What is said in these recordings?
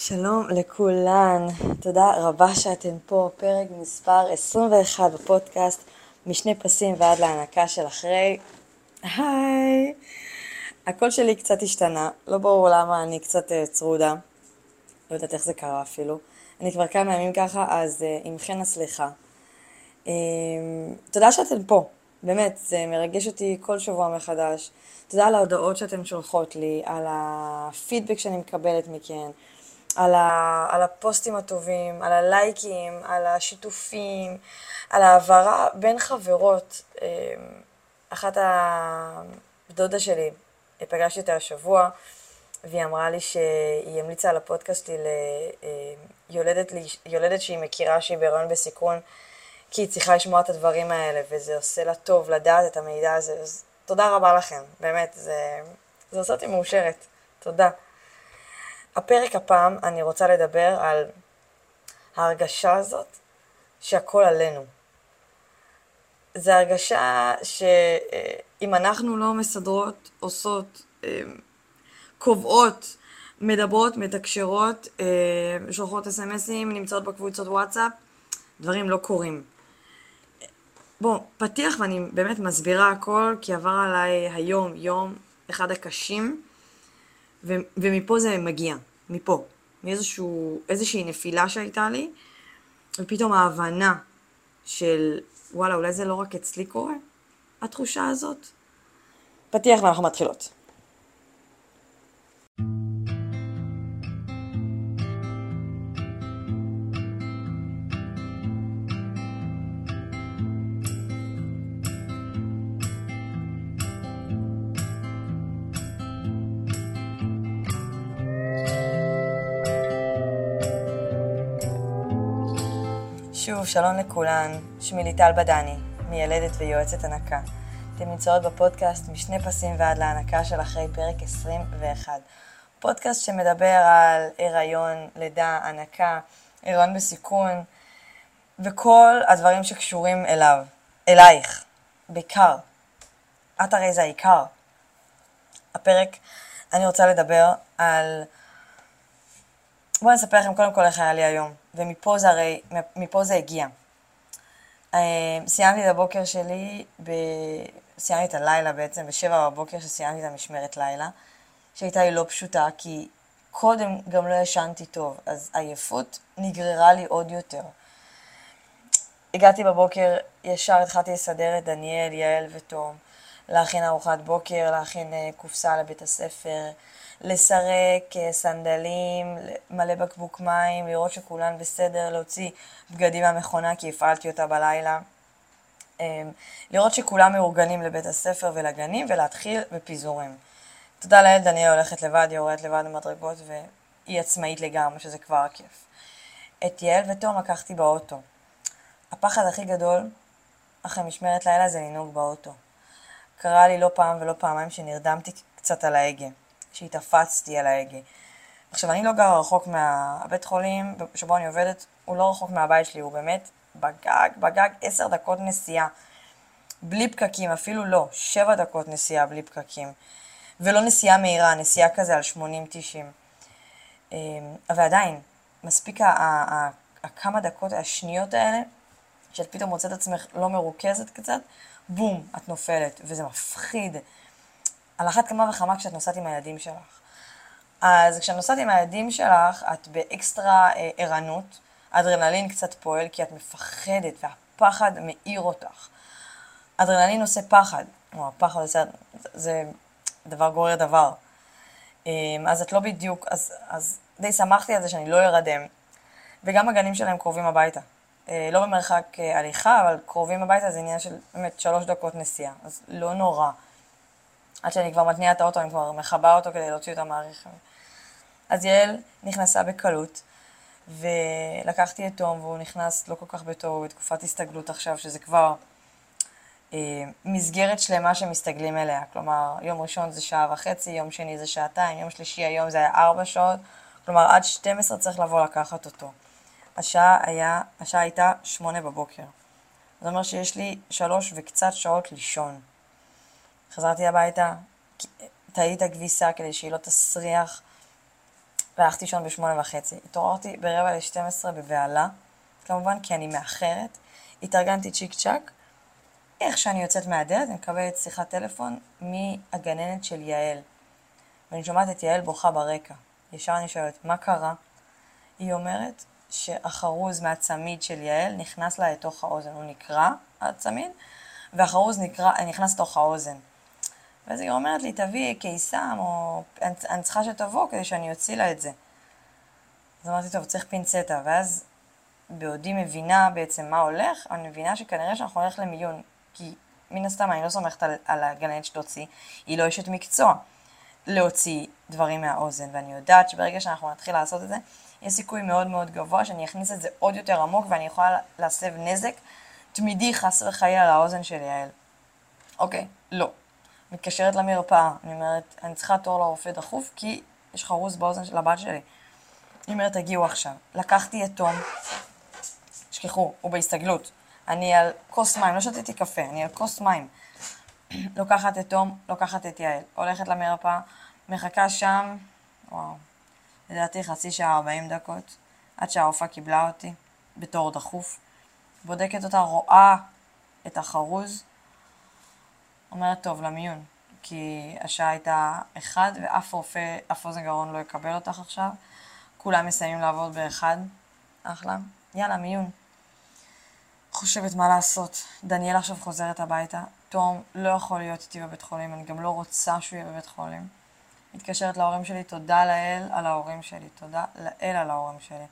שלום לכולן, תודה רבה שאתן פה, פרק מספר 21 בפודקאסט, משני פסים ועד להענקה של אחרי. היי! הקול שלי קצת השתנה, לא ברור למה אני קצת צרודה, לא יודעת איך זה קרה אפילו. אני כבר כמה ימים ככה, אז עמכן הסליחה. תודה שאתן פה, באמת, זה מרגש אותי כל שבוע מחדש. תודה על ההודעות שאתן שולחות לי, על הפידבק שאני מקבלת מכן. על הפוסטים הטובים, על הלייקים, על השיתופים, על העברה בין חברות. אחת הדודה שלי, פגשתי אותה השבוע, והיא אמרה לי שהיא המליצה על הפודקאסט שלי ליולדת שהיא מכירה שהיא בהיריון בסיכון, כי היא צריכה לשמוע את הדברים האלה, וזה עושה לה טוב לדעת את המידע הזה. אז תודה רבה לכם, באמת, זה עושה אותי מאושרת. תודה. הפרק הפעם אני רוצה לדבר על ההרגשה הזאת שהכל עלינו. זו הרגשה שאם אנחנו לא מסדרות, עושות, קובעות, מדברות, מתקשרות, שולחות אס-אמסים, נמצאות בקבוצות וואטסאפ, דברים לא קורים. בוא, פתיח ואני באמת מסבירה הכל, כי עבר עליי היום יום אחד הקשים, ומפה זה מגיע, מפה, מאיזושהי נפילה שהייתה לי, ופתאום ההבנה של וואלה, אולי זה לא רק אצלי קורה, התחושה הזאת. פתיח ואנחנו מתחילות. שוב, שלום לכולן, שמי ליטל בדני, מיילדת ויועצת הנקה. אתן נמצאות בפודקאסט משני פסים ועד להענקה של אחרי פרק 21. פודקאסט שמדבר על הריון, לידה, הנקה, הריון בסיכון, וכל הדברים שקשורים אליו, אלייך, בעיקר. את הרי זה העיקר. הפרק אני רוצה לדבר על... בואו נספר לכם קודם כל איך היה לי היום, ומפה זה הגיע. סיימתי את הבוקר שלי, סיימתי את הלילה בעצם, ב7 בבוקר שסיימתי את המשמרת לילה, שהייתה לי לא פשוטה, כי קודם גם לא ישנתי טוב, אז עייפות נגררה לי עוד יותר. הגעתי בבוקר, ישר התחלתי לסדר את דניאל, יעל ותום, להכין ארוחת בוקר, להכין קופסה לבית הספר, לסרק סנדלים, מלא בקבוק מים, לראות שכולן בסדר, להוציא בגדים מהמכונה כי הפעלתי אותה בלילה, לראות שכולם מאורגנים לבית הספר ולגנים ולהתחיל בפיזורים. תודה לאל, דניאל הולכת לבד, היא יורדת לבד במדרגות והיא עצמאית לגמרי, שזה כבר כיף. את יעל ותום לקחתי באוטו. הפחד הכי גדול אחרי משמרת לילה זה לנהוג באוטו. קרה לי לא פעם ולא פעמיים שנרדמתי קצת על ההגה, שהתאפצתי על ההגה. עכשיו, אני לא גרה רחוק מהבית חולים שבו אני עובדת, הוא לא רחוק מהבית שלי, הוא באמת בגג 10 דקות נסיעה, בלי פקקים, אפילו לא, 7 דקות נסיעה בלי פקקים, ולא נסיעה מהירה, נסיעה כזה על 80-90. אבל עדיין, מספיק הכמה דקות, השניות האלה, שאת פתאום מוצאת עצמך לא מרוכזת קצת, בום, את נופלת, וזה מפחיד. על אחת כמה וכמה כשאת נוסעת עם הילדים שלך. אז כשאת נוסעת עם הילדים שלך, את באקסטרה ערנות, אדרנלין קצת פועל, כי את מפחדת, והפחד מאיר אותך. אדרנלין עושה פחד, או הפחד עושה, זה דבר גורר דבר. אז את לא בדיוק, אז די שמחתי על זה שאני לא ארדם, וגם הגנים שלהם קרובים הביתה. לא במרחק הליכה, אבל קרובים הביתה זה עניין של באמת 3 דקות נסיעה, אז לא נורא. עד שאני כבר מתניעה את האוטו, אני כבר מחבאה אותו כדי להוציא אותה מהרכב. אז יעל נכנסה בקלות, ולקחתי את תום, והוא נכנס לא כל כך בטוב, בתקופת הסתגלות עכשיו, שזה כבר מסגרת שלמה שמסתגלים אליה. כלומר, יום ראשון זה 1.5 שעות, יום שני זה 2 שעות, יום שלישי היום זה היה 4 שעות, כלומר עד 12 צריך לבוא לקחת אותו. השעה הייתה 8 בבוקר. זאת אומרת שיש לי 3 וקצת שעות לישון. חזרתי הביתה, תהיתי את הכביסה כדי שהיא לא תסריח, והלכתי לישון ב8:30. התעוררתי ב11:45 בבהלה, כמובן כי אני מאחרת. התארגנתי צ'יק צ'ק. איך שאני יוצאת מהדלת, אני מקבלת שיחת טלפון מהגננת של יעל. ואני שומעת את יעל בוכה ברקע. ישר אני שואלת, מה קרה? היא אומרת שהחרוז מהצמיד של יעל נכנס לה לתוך האוזן. הוא נקרע, הצמיד, והחרוז נכנס לתוך האוזן. ואז היא אומרת לי, תביא קיסם, או אני צריכה שתבוא כדי שאני אוציא לה את זה. אז אמרתי, טוב, צריך פינצטה. ואז בעודי מבינה בעצם מה הולך, אני מבינה שכנראה שאנחנו הולך למיון, כי מן הסתם אני לא סומכת על הגננת שתוציא, היא לא אשת מקצוע להוציא דברים מהאוזן, ואני יודעת שברגע שאנחנו נתחיל לעשות את זה, יש סיכוי מאוד מאוד גבוה שאני אכניס את זה עוד יותר עמוק, ואני יכולה להסב נזק תמידי חס וחלילה לאוזן של יעל. אוקיי, לא. מתקשרת למרפאה, אני אומרת, אני צריכה תור לרופא דחוף, כי יש חרוז באוזן של הבת שלי. היא אומרת, תגיעו עכשיו. לקחתי את תום, שכחו, הוא בהסתגלות. אני על כוס מים, לא שתיתי קפה, אני על כוס מים. לוקחת את תום, לוקחת את יעל. הולכת למרפאה, מחכה שם, וואו, לדעתי חצי שעה 40 דקות, עד שהרופאה קיבלה אותי, בתור דחוף. בודקת אותה, רואה את החרוז, אומרת, טוב, למיון, כי השעה הייתה 1, ואף רופא, אף אוזן גרון לא יקבל אותך עכשיו. כולם מסיימים לעבוד ב1, אחלה. יאללה, מיון. חושבת מה לעשות. דניאל עכשיו חוזרת הביתה. תום לא יכול להיות איתי בבית חולים, אני גם לא רוצה שהוא יהיה בבית חולים. מתקשרת להורים שלי, תודה לאל על ההורים שלי, תודה לאל על ההורים שלי.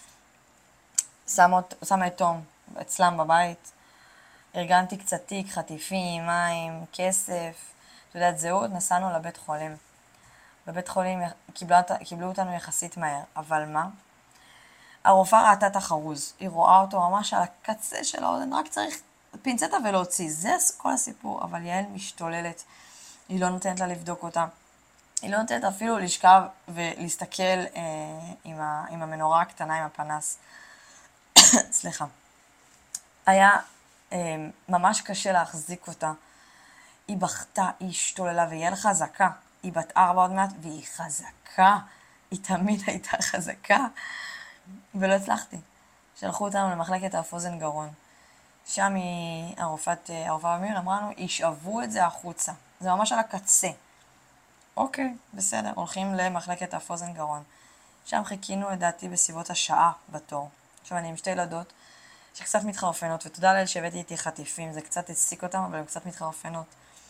שמה את תום אצלם בבית, ארגנתי קצת תיק, חטיפים, מים, כסף, תעודת זהות, נסענו לבית חולים. בבית חולים קיבלו אותנו יחסית מהר, אבל מה? הרופאה ראתה את החרוז, היא רואה אותו ממש על הקצה של האוזן, רק צריך פינצטה ולהוציא, זה כל הסיפור, אבל יעל משתוללת, היא לא נותנת לה לבדוק אותה, היא לא נותנת אפילו לשכב ולהסתכל עם המנורה הקטנה, עם הפנס. סליחה. היה ממש קשה להחזיק אותה, היא בכתה, היא השתוללה, ויעל חזקה, היא בת 4 עוד מעט, והיא חזקה, היא תמיד הייתה חזקה, ולא הצלחתי. שלחו אותנו למחלקת אף אוזן גרון. שם הרופאה במיון אמרה לנו, ישאבו את זה החוצה. זה ממש על הקצה. אוקיי, בסדר, הולכים למחלקת אף אוזן גרון. שם חיכינו לדעתי בסביבות השעה בתור. עכשיו אני עם 2 ילדות שקצת מתחרפנות, ותודה לאל שהבאתי איתי חטיפים, זה קצת הסיק אותם, אבל הן קצת מתחרפנות.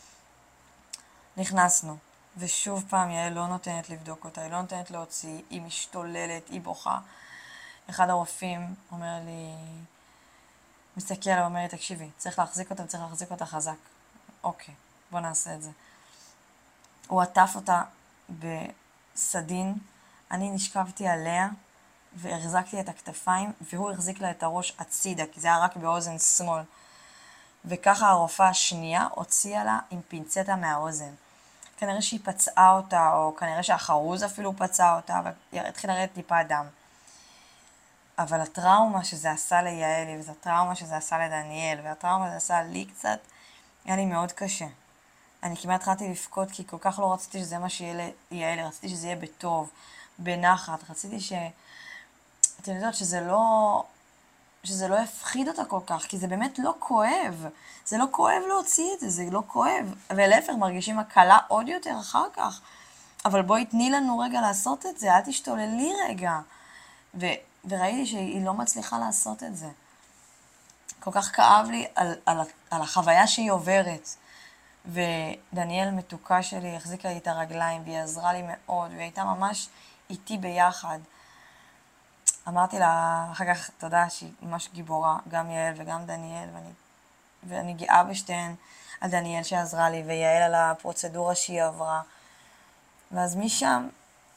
נכנסנו, ושוב פעם יעל לא נותנת לבדוק אותה, היא לא נותנת להוציא, היא משתוללת, היא בוכה. אחד הרופאים אומר לי, מסתכל עליו, אומר לי, תקשיבי, צריך להחזיק אותה חזק. אוקיי, בוא נעשה את זה. הוא עטף אותה בסדין, אני נשכבתי עליה, והחזקתי את הכתפיים, והוא החזיק לה את הראש הצידה, כי זה היה רק באוזן שמאל. וככה הרופאה השנייה הוציאה לה עם פינצטה מהאוזן. כנראה שהיא פצעה אותה, או כנראה שהחרוז אפילו פצעה אותה, והתחיל לרדת טיפה דם. אבל הטראומה שזה עשה ליעלי, וזה הטראומה שזה עשה לדניאל, והטראומה שזה עשה לי קצת, היה לי מאוד קשה. אני כמעט התחלתי לפקוד, כי כל כך לא רציתי שזה מה שיהיה ליעלי, רציתי שזה יהיה בטוב, בנחת, רציתי אתם יודעות שזה לא יפחיד אותה כל כך, כי זה באמת לא כואב. זה לא כואב להוציא את זה, זה לא כואב. ולהפך, מרגישים הקלה עוד יותר אחר כך. אבל בואי תני לנו רגע לעשות את זה, אל תשתוללי רגע. וראיתי שהיא לא מצליחה לעשות את זה. כל כך כאב לי על החוויה שהיא עוברת. ודניאל מתוקה שלי החזיקה לי את הרגליים, והיא עזרה לי מאוד, והיא הייתה ממש איתי ביחד. אמרתי לה אחר כך, תודה, שהיא ממש גיבורה, גם יעל וגם דניאל, ואני גאה בשתיהן, על דניאל שעזרה לי, ויעל על הפרוצדורה שהיא עברה. ואז משם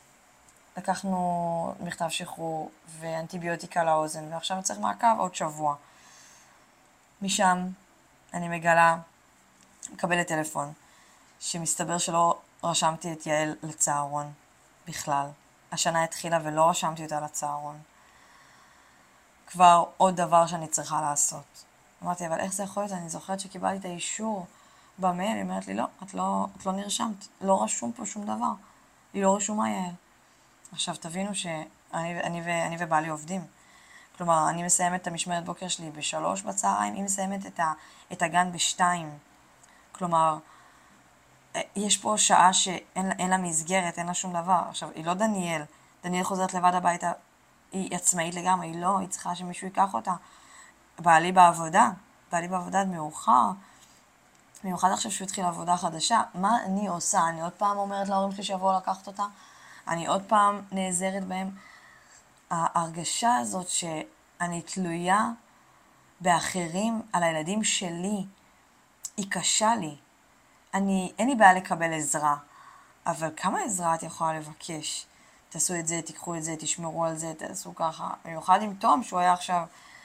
לקחנו מכתב שחרור ואנטיביוטיקה לאוזן, ועכשיו צריך מעקב עוד שבוע. משם אני מגלה, מקבלת טלפון, שמסתבר שלא רשמתי את יעל לצהרון בכלל. השנה התחילה ולא רשמתי אותה לצהרון. כבר עוד דבר שאני צריכה לעשות. אמרתי, אבל איך זה יכול להיות? אני זוכרת שקיבלתי את האישור במייל, היא אומרת לי, לא, את לא נרשמת, לא רשום פה שום דבר. היא לא רשומה יעל. עכשיו תבינו שאני ובעלי עובדים. כלומר, אני מסיימת את המשמרת בוקר שלי ב3 בצהריים, היא מסיימת את הגן ב2. כלומר, יש פה שעה שאין לה מסגרת, אין לה שום דבר. עכשיו, היא לא דניאל. דניאל חוזרת לבד הביתה, היא עצמאית לגמרי, היא לא, היא צריכה שמישהו ייקח אותה. בעלי בעבודה עד מאוחר, במיוחד עכשיו שהוא התחיל עבודה חדשה. מה אני עושה? אני עוד פעם אומרת להורים שלי שיבואו לקחת אותה? אני עוד פעם נעזרת בהם? ההרגשה הזאת שאני תלויה באחרים על הילדים שלי, היא קשה לי. אין לי בעיה לקבל עזרה, אבל כמה עזרה את יכולה לבקש? תעשו את זה, תיקחו את זה, תשמרו על זה, תעשו ככה. במיוחד עם תום, שהוא היה עכשיו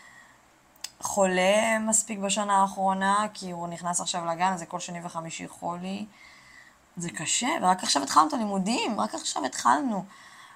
חולה מספיק בשנה האחרונה, כי הוא נכנס עכשיו לגן, זה כל שני וחמישי חולי. זה קשה, ורק עכשיו התחלנו את הלימודים, רק עכשיו התחלנו.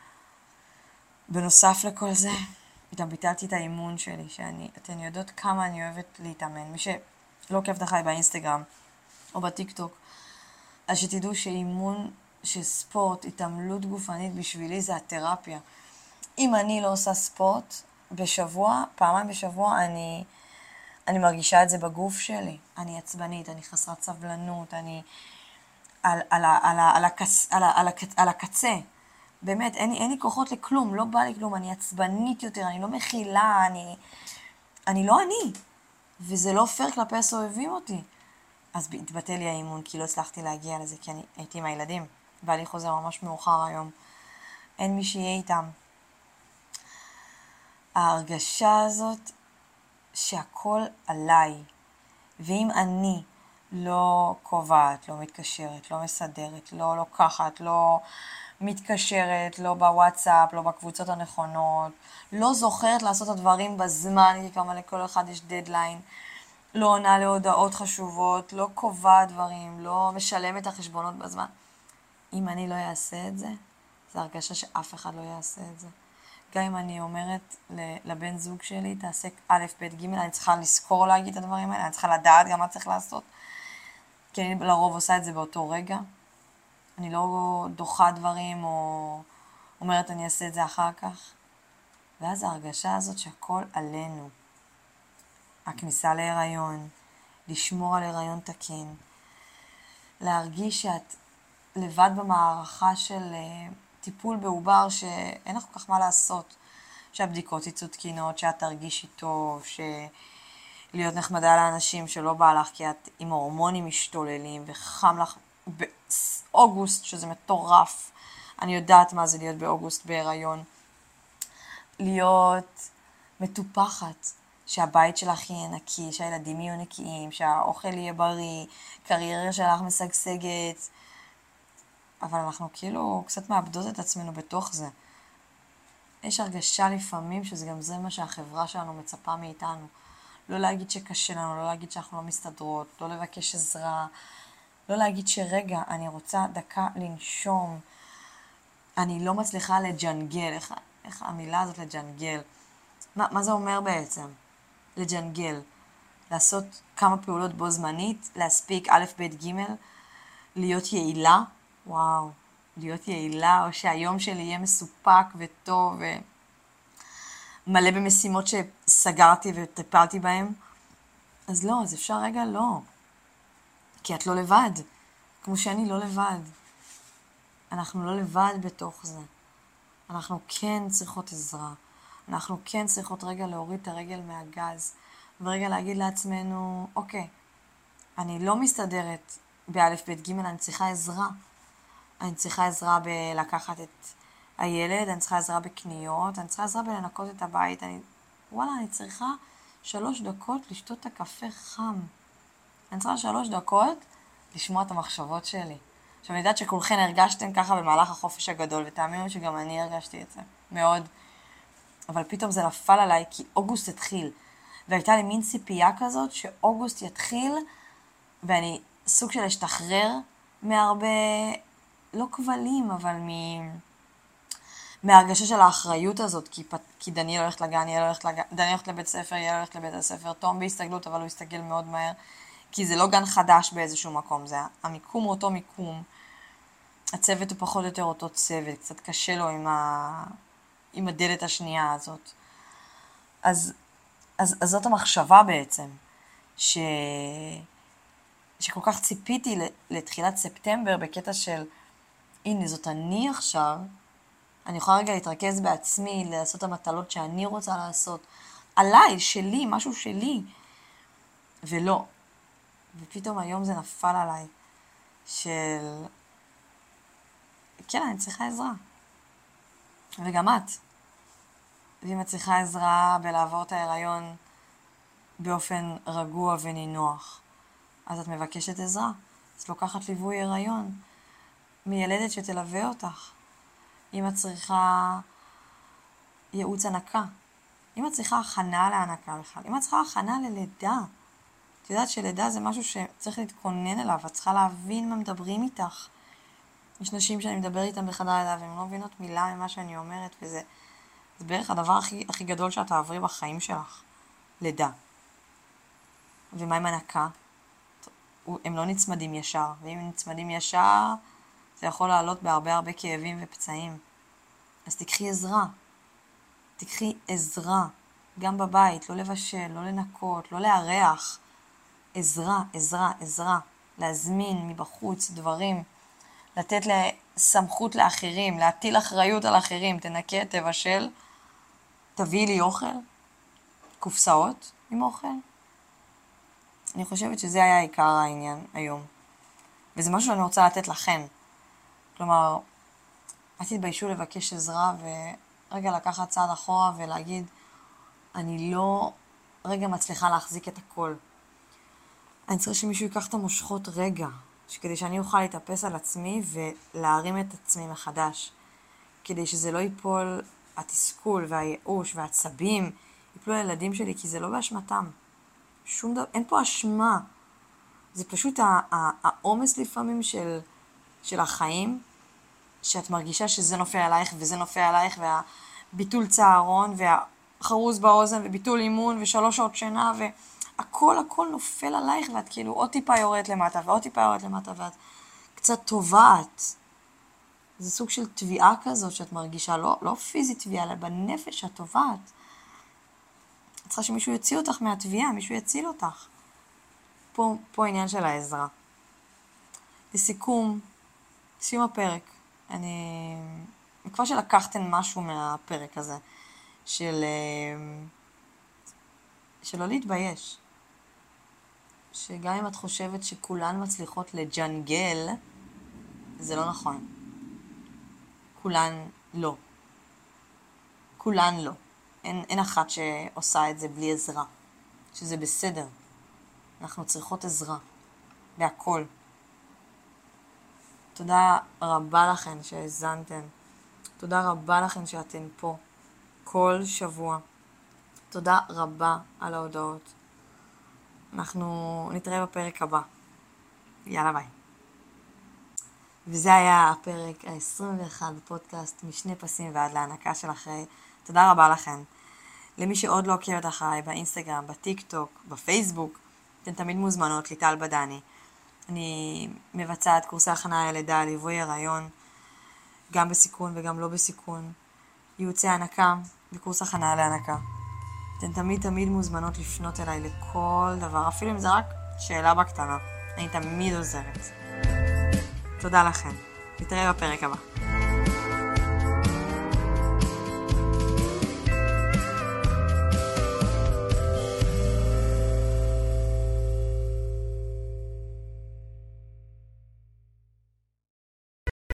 בנוסף לכל זה, גם ביטלתי את האימון שלי, אתן יודעות כמה אני אוהבת להתאמן. מי שלא עוקבת אחרי באינסטגרם או בטיקטוק, אז שתדעו שאימון, שספורט, התעמלות גופנית בשבילי זה התרפיה. אם אני לא עושה ספורט בשבוע, פעמיים בשבוע, אני מרגישה את זה בגוף שלי. אני עצבנית, אני חסרת סבלנות, אני על הקצה. באמת, אין לי כוחות לכלום, לא בא לי כלום, אני עצבנית יותר, אני לא מכילה, אני לא אני. וזה לא פייר כלפי הסובבים אותי. אז התבטל לי האימון, כי לא הצלחתי להגיע לזה, כי אני הייתי עם הילדים. בעלי חוזר ממש מאוחר היום. אין מי שיהיה איתם. ההרגשה הזאת שהכל עליי, ואם אני לא קובעת, לא מתקשרת, לא מסדרת, לא לוקחת, לא מתקשרת, לא בוואטסאפ, לא בקבוצות הנכונות, לא זוכרת לעשות את הדברים בזמן, כי כמה לכל אחד יש דדליין, לא עונה להודעות חשובות, לא קובעת דברים, לא משלמת את החשבונות בזמן. אם אני לא אעשה את זה, זה הרגשה שאף אחד לא יעשה את זה. גם אם אני אומרת לבן זוג שלי, תעשה א', ב', ג', אני צריכה לזכור להגיד את הדברים האלה, אני צריכה לדעת גם מה צריך לעשות, כי אני לרוב עושה את זה באותו רגע. אני לא דוחה דברים או אומרת אני אעשה את זה אחר כך. ואז ההרגשה הזאת שהכל עלינו. הכניסה להיריון, לשמור על היריון תקין, להרגיש שאת לבד במערכה של טיפול בעובר שאין לך כל כך מה לעשות, שהבדיקות יצאו תקינות, שאת תרגישי טוב, להיות נחמדה לאנשים שלא בא לך כי את עם הורמונים משתוללים וחם לך באוגוסט, שזה מטורף. אני יודעת מה זה להיות באוגוסט בהיריון. להיות מטופחת, שהבית שלך יהיה נקי, שהילדים יהיו נקיים, שהאוכל יהיה בריא, קריירה שלך משגשגת. אבל אנחנו כאילו קצת מאבדות את עצמנו בתוך זה. יש הרגשה לפעמים שזה גם זה מה שהחברה שלנו מצפה מאיתנו. לא להגיד שקשה לנו, לא להגיד שאנחנו לא מסתדרות, לא לבקש עזרה, לא להגיד שרגע, אני רוצה דקה לנשום. אני לא מצליחה לג'נגל. איך המילה הזאת לג'נגל? מה זה אומר בעצם? לג'נגל. לעשות כמה פעולות בו זמנית, להספיק א', ב', ג', להיות יעילה. וואו, להיות יעילה, או שהיום שלי יהיה מסופק וטוב ומלא במשימות שסגרתי וטפלתי בהם. אז לא, אז אפשר רגע לא. כי את לא לבד. כמו שאני לא לבד. אנחנו לא לבד בתוך זה. אנחנו כן צריכות עזרה. אנחנו כן צריכות רגע להוריד את הרגל מהגז. ורגע להגיד לעצמנו, אוקיי, אני לא מסתדרת באלף בית ג', אני צריכה עזרה. אני צריכה עזרה בלקחת את הילד, אני צריכה עזרה בקניות, אני צריכה עזרה בלנקות את הבית. אני צריכה 3 דקות לשתות את הקפה חם. אני צריכה 3 דקות לשמוע את המחשבות שלי. עכשיו, אני יודעת שכולכן הרגשתם ככה במהלך החופש הגדול, ותאמינו שגם אני הרגשתי את זה, מאוד. אבל פתאום זה נפל עליי כי אוגוסט התחיל. והייתה לי מין ציפייה כזאת שאוגוסט יתחיל, ואני סוג של אשתחרר מהרבה, לא כבלים, אבל מהרגשה של האחריות הזאת, כי דניאל הולכת לגן, דניאל הולכת לבית ספר, יאל הולכת לבית הספר, תום בהסתגלות, אבל הוא הסתגל מאוד מהר, כי זה לא גן חדש באיזשהו מקום, זה המיקום הוא אותו מיקום. הצוות הוא פחות או יותר אותו צוות, קצת קשה לו עם הדלת השנייה הזאת. אז זאת המחשבה בעצם, שכל כך ציפיתי לתחילת ספטמבר בקטע של, הנה זאת אני עכשיו, אני יכולה רגע להתרכז בעצמי, לעשות המטלות שאני רוצה לעשות, עליי, שלי, משהו שלי, ולא. ופתאום היום זה נפל עליי, של, כן, אני צריכה עזרה. וגם את. ואם את צריכה עזרה בלעבור את ההיריון באופן רגוע ונינוח, אז את מבקשת עזרה. אז לוקחת ליווי הריון מילדת שתלווה אותך. אם את צריכה ייעוץ הנקה, אם את צריכה הכנה להנקה בכלל, אם את צריכה הכנה ללידה, את יודעת שלידה זה משהו שצריך להתכונן אליו, את צריכה להבין מה מדברים איתך. יש נשים שאני מדבר איתן בחדר לידה והן לא מבינות מילה ממה שאני אומרת, וזה בערך הדבר הכי גדול שאת תעברי בחיים שלך, לידה. ומה עם הנקה? הם לא נצמדים ישר, ואם הם נצמדים ישר, זה יכול לעלות בהרבה כאבים ופצעים. אז תקחי עזרה. תקחי עזרה. גם בבית, לא לבשל, לא לנקות, לא לארח. עזרה, עזרה, עזרה. להזמין מבחוץ דברים. לתת סמכות לאחרים, להטיל אחריות על אחרים. תנקה, תבשל. תביאי לי אוכל. קופסאות עם אוכל. אני חושבת שזה היה עיקר העניין היום. וזה משהו שאני רוצה לתת לכן. כלומר, אל תתביישו לבקש עזרה ורגע לקחת צעד אחורה ולהגיד, אני לא רגע מצליחה להחזיק את הכל. אני צריכה שמישהו ייקח את המושכות רגע, כדי שאני אוכל להתאפס על עצמי ולהרים את עצמי מחדש. כדי שזה לא ייפול התסכול והייאוש והעצבים, ייפלו הילדים שלי, כי זה לא באשמתם. שום דבר, אין פה אשמה. זה פשוט העומס לפעמים של החיים, שאת מרגישה שזה נופל עלייך וזה נופל עלייך, והביטול צהרון והחרוז באוזן וביטול אימון ו3 שעות שינה הכל נופל עלייך, ואת כאילו עוד טיפה יורדת למטה ועוד טיפה יורדת למטה, ואת קצת טובעת. זה סוג של תביעה כזאת שאת מרגישה, לא פיזית תביעה, אלא בנפש שאת טובעת. את צריכה שמישהו יוציא אותך מהתביעה, מישהו יציל אותך. פה העניין של העזרה. לסיכום, סיום הפרק. אני מקווה שלקחתן משהו מהפרק הזה, של לא להתבייש. שגם אם את חושבת שכולן מצליחות לג'נגל, זה לא נכון. כולן לא. כולן לא. אין אחת שעושה את זה בלי עזרה. שזה בסדר. אנחנו צריכות עזרה. בהכל. תודה רבה לכן שהזנתן. תודה רבה לכן שאתן פה. כל שבוע. תודה רבה על ההודעות. אנחנו נתראה בפרק הבא. יאללה ביי. וזה היה הפרק ה-21 בפודקאסט משני פסים ועד להנקה של אחרי. תודה רבה לכן. למי שעוד לא עוקבת אחריי באינסטגרם, בטיק טוק, בפייסבוק, אתן תמיד מוזמנות ליטל בדני. אני מבצעת קורסי הכנה ללידה, ליווי הריון, גם בסיכון וגם לא בסיכון, ייעוצי הנקה וקורס הכנה להנקה. אתן תמיד מוזמנות לפנות אליי לכל דבר, אפילו אם זה רק שאלה בקטנה. אני תמיד עוזרת. תודה לכם. נתראה בפרק הבא.